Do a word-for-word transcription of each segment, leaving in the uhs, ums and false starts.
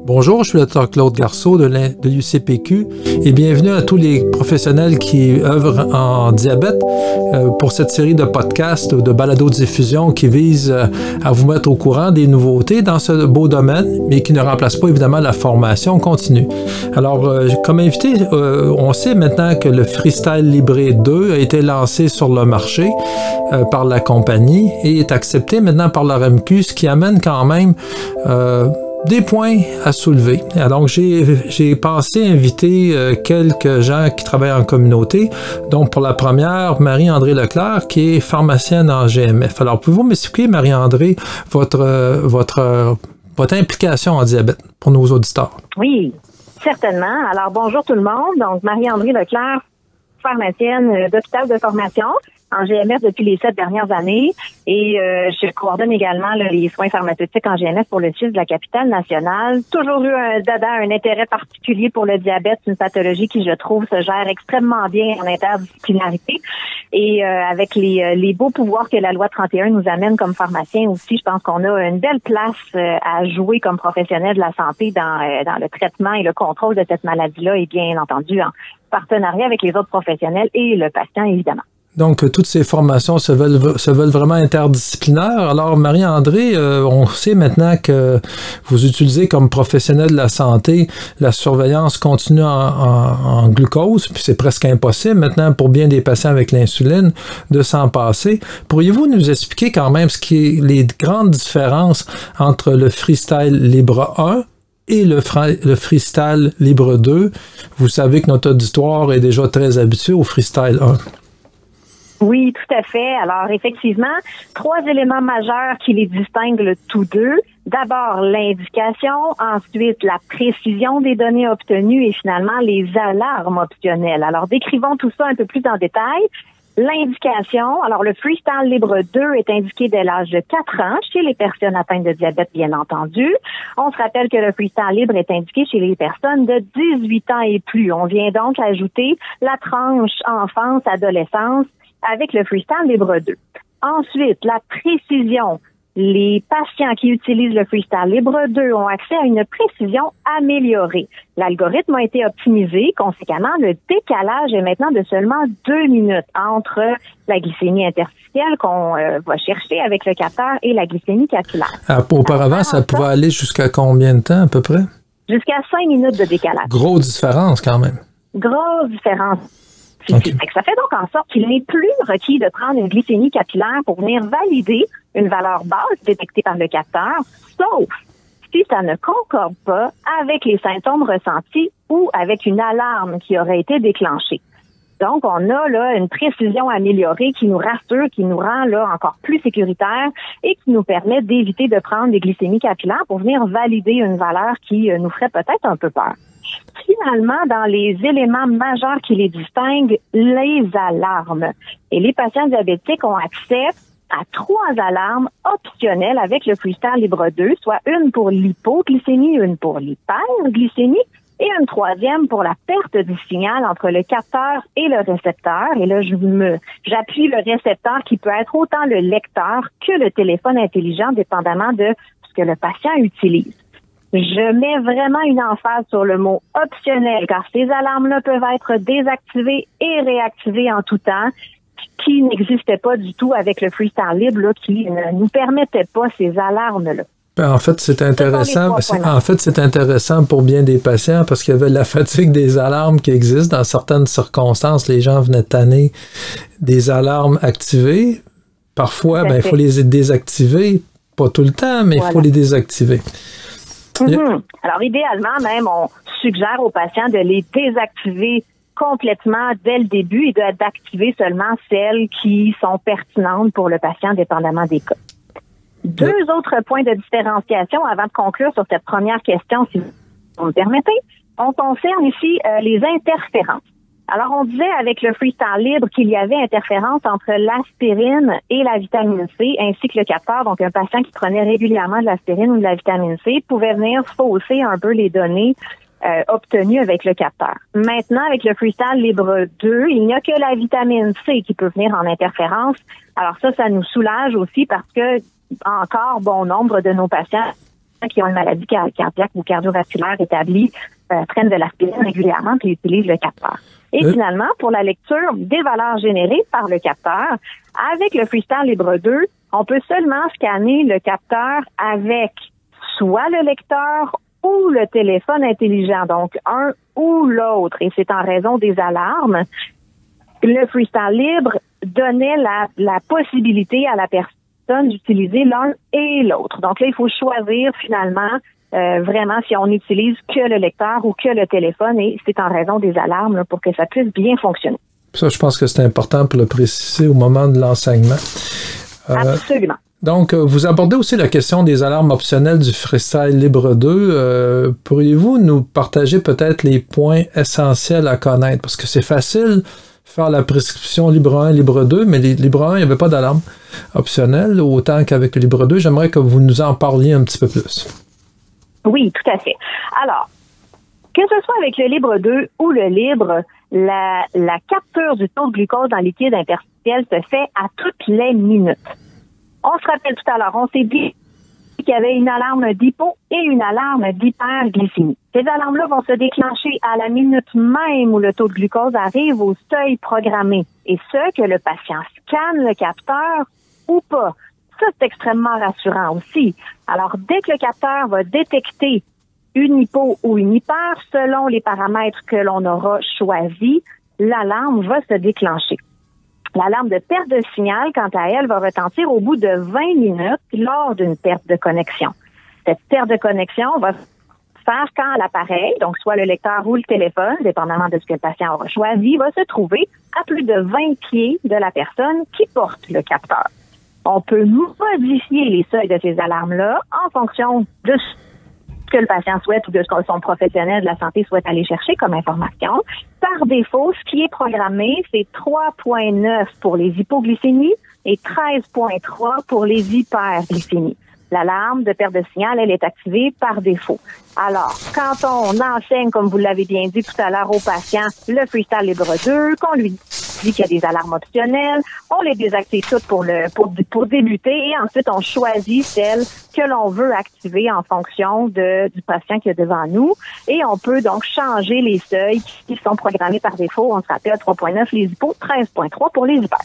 Bonjour, je suis le docteur Claude Garceau de l'U C P Q et bienvenue à tous les professionnels qui œuvrent en diabète euh, pour cette série de podcasts, de balado-diffusion qui vise euh, à vous mettre au courant des nouveautés dans ce beau domaine, mais qui ne remplace pas évidemment la formation continue. Alors, euh, comme invité, euh, on sait maintenant que le Freestyle Libre deux a été lancé sur le marché euh, par la compagnie et est accepté maintenant par la R A M Q, ce qui amène quand même euh, des points à soulever. Alors, j'ai, j'ai pensé inviter euh, quelques gens qui travaillent en communauté. Donc, pour la première, Marie-André Leclerc, qui est pharmacienne en G M F. Alors, pouvez-vous m'expliquer, Marie-André, votre, euh, votre, euh, votre implication en diabète pour nos auditeurs? Oui, certainement. Alors, bonjour tout le monde. Donc, Marie-André Leclerc, pharmacienne d'hôpital de formation en G M F depuis les sept dernières années et euh, je coordonne également là, les soins pharmaceutiques en G M F pour le C I S de la capitale nationale. Toujours eu un dada, un intérêt particulier pour le diabète, une pathologie qui, je trouve, se gère extrêmement bien en interdisciplinarité et euh, avec les, les beaux pouvoirs que la loi trente et un nous amène comme pharmaciens aussi, je pense qu'on a une belle place euh, à jouer comme professionnel de la santé dans, euh, dans le traitement et le contrôle de cette maladie-là et bien entendu en partenariat avec les autres professionnels et le patient, évidemment. Donc, toutes ces formations se veulent, se veulent vraiment interdisciplinaires. Alors, Marie-André, euh, on sait maintenant que vous utilisez comme professionnel de la santé la surveillance continue en, en, en glucose, puis c'est presque impossible maintenant pour bien des patients avec l'insuline de s'en passer. Pourriez-vous nous expliquer quand même ce qui est les grandes différences entre le Freestyle Libre un et le, fra- le Freestyle Libre deux? Vous savez que notre auditoire est déjà très habitué au Freestyle un. Oui, tout à fait. Alors, effectivement, trois éléments majeurs qui les distinguent tous deux. D'abord, l'indication, ensuite, la précision des données obtenues et finalement, les alarmes optionnelles. Alors, décrivons tout ça un peu plus en détail. L'indication, alors le Freestyle Libre deux est indiqué dès l'âge de quatre ans chez les personnes atteintes de diabète, bien entendu. On se rappelle que le Freestyle Libre est indiqué chez les personnes de dix-huit ans et plus. On vient donc ajouter la tranche enfance-adolescence avec le Freestyle Libre deux. Ensuite, la précision. Les patients qui utilisent le Freestyle Libre deux ont accès à une précision améliorée. L'algorithme a été optimisé. Conséquemment, le décalage est maintenant de seulement deux minutes entre la glycémie interstitielle qu'on euh, va chercher avec le capteur et la glycémie capillaire. Ah, auparavant, ça pouvait ça, aller jusqu'à combien de temps à peu près? Jusqu'à cinq minutes de décalage. Grosse différence quand même. Grosse différence. Okay. Ça fait donc en sorte qu'il n'est plus requis de prendre une glycémie capillaire pour venir valider une valeur basse détectée par le capteur, sauf si ça ne concorde pas avec les symptômes ressentis ou avec une alarme qui aurait été déclenchée. Donc, on a là une précision améliorée qui nous rassure, qui nous rend là encore plus sécuritaire et qui nous permet d'éviter de prendre des glycémies capillaires pour venir valider une valeur qui nous ferait peut-être un peu peur. Finalement, dans les éléments majeurs qui les distinguent, les alarmes. Et les patients diabétiques ont accès à trois alarmes optionnelles avec le Freestyle Libre deux, soit une pour l'hypoglycémie, une pour l'hyperglycémie et une troisième pour la perte du signal entre le capteur et le récepteur. Et là, je me, j'appuie le récepteur qui peut être autant le lecteur que le téléphone intelligent, dépendamment de ce que le patient utilise. Je mets vraiment une emphase sur le mot optionnel, car ces alarmes-là peuvent être désactivées et réactivées en tout temps, qui n'existaient pas du tout avec le Freestyle Libre, là, qui ne nous permettait pas ces alarmes-là. En fait, c'est intéressant. C'est, en fait, c'est intéressant pour bien des patients parce qu'il y avait la fatigue des alarmes qui existent. Dans certaines circonstances, les gens venaient tanner des alarmes activées. Parfois, ben, il faut les désactiver. Pas tout le temps, mais il voilà. faut les désactiver. Mm-hmm. Alors, idéalement, même, on suggère aux patients de les désactiver complètement dès le début et de, d'activer seulement celles qui sont pertinentes pour le patient, dépendamment des cas. Deux oui. autres points de différenciation avant de conclure sur cette première question, si vous me permettez. On concerne ici euh, les interférences. Alors, on disait avec le Freestyle Libre qu'il y avait interférence entre l'aspirine et la vitamine C, ainsi que le capteur. Donc, un patient qui prenait régulièrement de l'aspirine ou de la vitamine C pouvait venir fausser un peu les données euh, obtenues avec le capteur. Maintenant, avec le Freestyle Libre deux, il n'y a que la vitamine C qui peut venir en interférence. Alors ça, ça nous soulage aussi parce que encore bon nombre de nos patients qui ont une maladie cardiaque ou cardiovasculaire établie euh, prennent de l'aspirine régulièrement et utilisent le capteur. Et euh. finalement, pour la lecture des valeurs générées par le capteur, avec le Freestyle Libre deux, on peut seulement scanner le capteur avec soit le lecteur ou le téléphone intelligent, donc un ou l'autre. Et c'est en raison des alarmes. Le Freestyle Libre donnait la, la possibilité à la personne d'utiliser l'un et l'autre. Donc là, il faut choisir finalement euh, vraiment si on utilise que le lecteur ou que le téléphone, et c'est en raison des alarmes là, pour que ça puisse bien fonctionner. Ça, je pense que c'est important pour le préciser au moment de l'enseignement. Euh, Absolument. Donc, vous abordez aussi la question des alarmes optionnelles du Freestyle Libre deux. Euh, pourriez-vous nous partager peut-être les points essentiels à connaître? Parce que c'est facile de faire la prescription Libre un, Libre deux, mais les Libre un, il n'y avait pas d'alarme optionnelle, autant qu'avec le Libre deux. J'aimerais que vous nous en parliez un petit peu plus. Oui, tout à fait. Alors, que ce soit avec le Libre deux ou le Libre, la, la capture du taux de glucose dans le liquide interstitiel se fait à toutes les minutes. On se rappelle tout à l'heure, on s'est dit qu'il y avait une alarme d'hypo et une alarme d'hyperglycémie. Ces alarmes-là vont se déclencher à la minute même où le taux de glucose arrive au seuil programmé. Et ce, que le patient scanne le capteur ou pas. Ça, c'est extrêmement rassurant aussi. Alors, dès que le capteur va détecter une hypo ou une hyper, selon les paramètres que l'on aura choisis, l'alarme va se déclencher. L'alarme de perte de signal, quant à elle, va retentir au bout de vingt minutes lors d'une perte de connexion. Cette perte de connexion va faire quand l'appareil, donc soit le lecteur ou le téléphone, dépendamment de ce que le patient aura choisi, va se trouver à plus de vingt pieds de la personne qui porte le capteur. On peut modifier les seuils de ces alarmes-là en fonction de ce que le patient souhaite ou de ce que son professionnel de la santé souhaite aller chercher comme information. Par défaut, ce qui est programmé, c'est trois virgule neuf pour les hypoglycémies et treize virgule trois pour les hyperglycémies. L'alarme de perte de signal, elle est activée par défaut. Alors, quand on enseigne, comme vous l'avez bien dit tout à l'heure aux patients, le Freestyle Libre deux, qu'on lui dit qu'il y a des alarmes optionnelles, on les désactive toutes pour le pour, pour débuter et ensuite on choisit celles que l'on veut activer en fonction de, du patient qui est devant nous et on peut donc changer les seuils qui sont programmés par défaut. On se rappelle trois virgule neuf les hypos, treize virgule trois pour les hyper.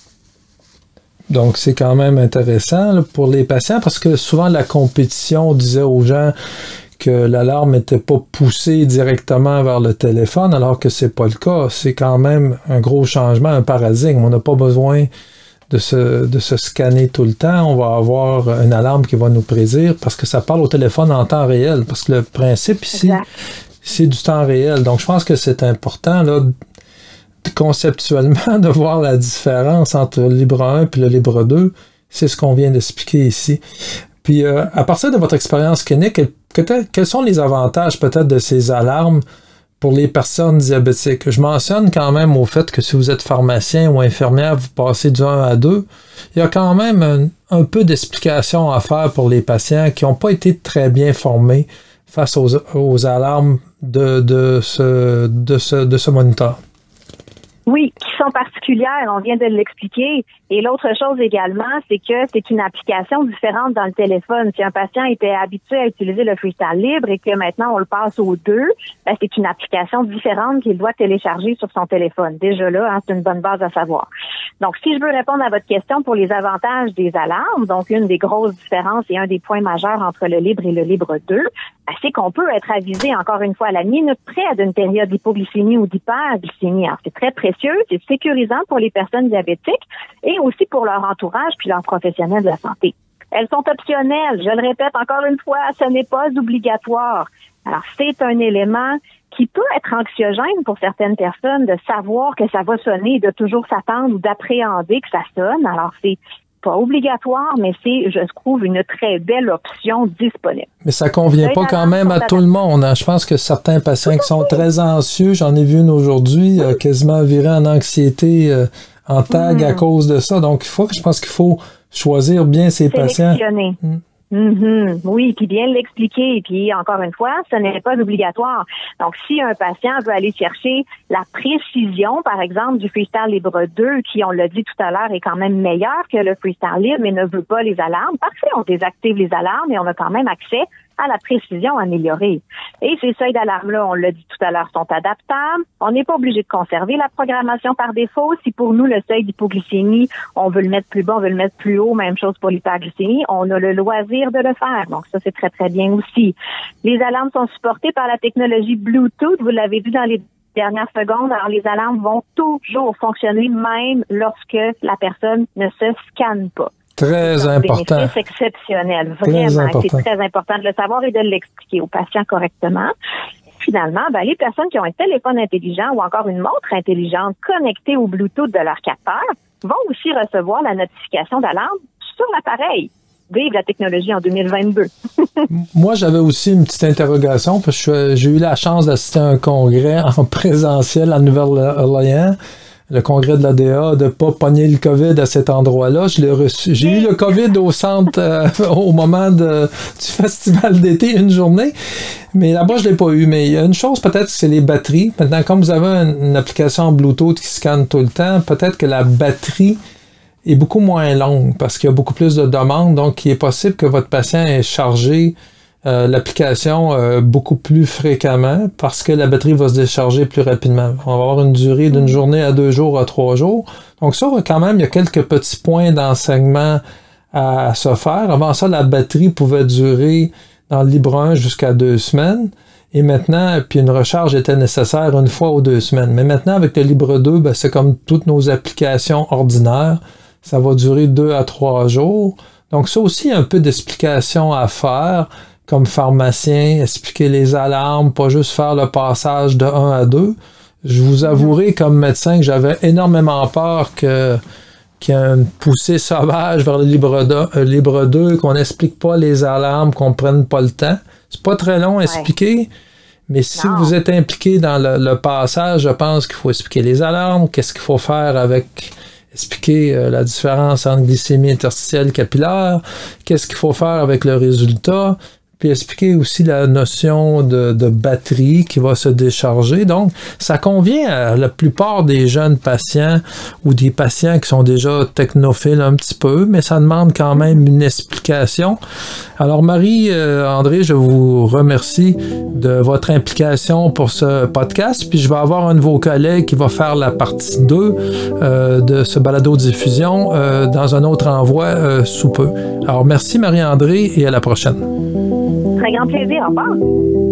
Donc, c'est quand même intéressant là, pour les patients parce que souvent, la compétition disait aux gens que l'alarme n'était pas poussée directement vers le téléphone, alors que c'est pas le cas. C'est quand même un gros changement, un paradigme. On n'a pas besoin de se, de se scanner tout le temps. On va avoir une alarme qui va nous prédire parce que ça parle au téléphone en temps réel. Parce que le principe ici, exact, c'est du temps réel. Donc, je pense que c'est important là, conceptuellement de voir la différence entre le Libre un et le Libre deux. C'est ce qu'on vient d'expliquer ici. Puis, euh, à partir de votre expérience clinique, quels, quels sont les avantages peut-être de ces alarmes pour les personnes diabétiques? Je mentionne quand même au fait que si vous êtes pharmacien ou infirmière, vous passez du un à deux. Il y a quand même un, un peu d'explication à faire pour les patients qui n'ont pas été très bien formés face aux, aux alarmes de, de, ce, de, ce, de ce moniteur. Oui, qui sont particulières, on vient de l'expliquer. Et l'autre chose également, c'est que c'est une application différente dans le téléphone. Si un patient était habitué à utiliser le Freestyle Libre et que maintenant on le passe aux deux, ben c'est une application différente qu'il doit télécharger sur son téléphone. Déjà là, hein, c'est une bonne base à savoir. Donc, si je veux répondre à votre question pour les avantages des alarmes, donc une des grosses différences et un des points majeurs entre le Libre et le Libre deux, ben, c'est qu'on peut être avisé, encore une fois, à la minute près d'une période d'hypoglycémie ou d'hyperglycémie. Alors, c'est très précieux, c'est sécurisant pour les personnes diabétiques et aussi pour leur entourage puis leurs professionnels de la santé. Elles sont optionnelles. Je le répète encore une fois, ce n'est pas obligatoire. Alors, c'est un élément qui peut être anxiogène pour certaines personnes de savoir que ça va sonner, de toujours s'attendre ou d'appréhender que ça sonne. Alors, c'est pas obligatoire, mais c'est, je trouve, une très belle option disponible. Mais ça convient pas quand même à tout le monde. Hein. Je pense que certains patients qui sont très anxieux, j'en ai vu une aujourd'hui, euh, quasiment virée en anxiété, euh, en tag mmh. à cause de ça. Donc, il faut, je pense qu'il faut choisir bien ses patients. Mmh. Mm-hmm. Oui, puis bien l'expliquer. Puis encore une fois, ce n'est pas obligatoire. Donc, si un patient veut aller chercher la précision, par exemple, du Freestyle Libre deux, qui, on l'a dit tout à l'heure, est quand même meilleur que le Freestyle Libre, mais ne veut pas les alarmes, parfait, on désactive les alarmes et on a quand même accès à la précision améliorée. Et ces seuils d'alarme-là, on l'a dit tout à l'heure, sont adaptables. On n'est pas obligé de conserver la programmation par défaut. Si pour nous, le seuil d'hypoglycémie, on veut le mettre plus bas, on veut le mettre plus haut, même chose pour l'hyperglycémie, on a le loisir de le faire. Donc ça, c'est très, très bien aussi. Les alarmes sont supportées par la technologie Bluetooth. Vous l'avez vu dans les dernières secondes. Alors, les alarmes vont toujours fonctionner, même lorsque la personne ne se scanne pas. Très important. C'est exceptionnel. Vraiment, c'est très important de le savoir et de l'expliquer aux patients correctement. Finalement, ben, les personnes qui ont un téléphone intelligent ou encore une montre intelligente connectée au Bluetooth de leur capteur vont aussi recevoir la notification d'alarme sur l'appareil. Vive la technologie en deux mille vingt-deux. Moi, j'avais aussi une petite interrogation parce que j'ai eu la chance d'assister à un congrès en présentiel en Nouvelle-Orléans. Le congrès de l'A D A, de ne pas pogner le COVID à cet endroit-là. Je l'ai reçu. J'ai eu le COVID au centre euh, au moment de, du festival d'été, une journée. Mais là-bas, je ne l'ai pas eu. Mais il y a une chose, peut-être, c'est les batteries. Maintenant, comme vous avez une, une application Bluetooth qui scanne tout le temps, peut-être que la batterie est beaucoup moins longue parce qu'il y a beaucoup plus de demandes. Donc, il est possible que votre patient ait chargé Euh, l'application euh, beaucoup plus fréquemment parce que la batterie va se décharger plus rapidement. On va avoir une durée d'une journée à deux jours à trois jours. Donc ça, quand même, il y a quelques petits points d'enseignement à, à se faire. Avant ça, la batterie pouvait durer dans le Libre un jusqu'à deux semaines. Et maintenant, puis une recharge était nécessaire une fois ou deux semaines. Mais maintenant, avec le Libre deux, ben, c'est comme toutes nos applications ordinaires. Ça va durer deux à trois jours. Donc ça aussi, un peu d'explication à faire. Comme pharmacien, expliquer les alarmes, pas juste faire le passage de un à deux. Je vous avouerai comme médecin que j'avais énormément peur que, qu'il y ait une poussée sauvage vers le Libre deux, euh, Libre deux, qu'on n'explique pas les alarmes, qu'on ne prenne pas le temps. C'est pas très long à expliquer, ouais. Mais si non. Vous êtes impliqué dans le, le passage, je pense qu'il faut expliquer les alarmes, qu'est-ce qu'il faut faire avec... expliquer euh, la différence entre glycémie interstitielle capillaire, qu'est-ce qu'il faut faire avec le résultat, puis expliquer aussi la notion de, de batterie qui va se décharger. Donc, ça convient à la plupart des jeunes patients ou des patients qui sont déjà technophiles un petit peu, mais ça demande quand même une explication. Alors, Marie-André, euh, je vous remercie de votre implication pour ce podcast, puis je vais avoir un de vos collègues qui va faire la partie deux euh, de ce balado-diffusion euh, dans un autre envoi euh, sous peu. Alors, merci Marie-André et à la prochaine. Très grand plaisir. Au revoir.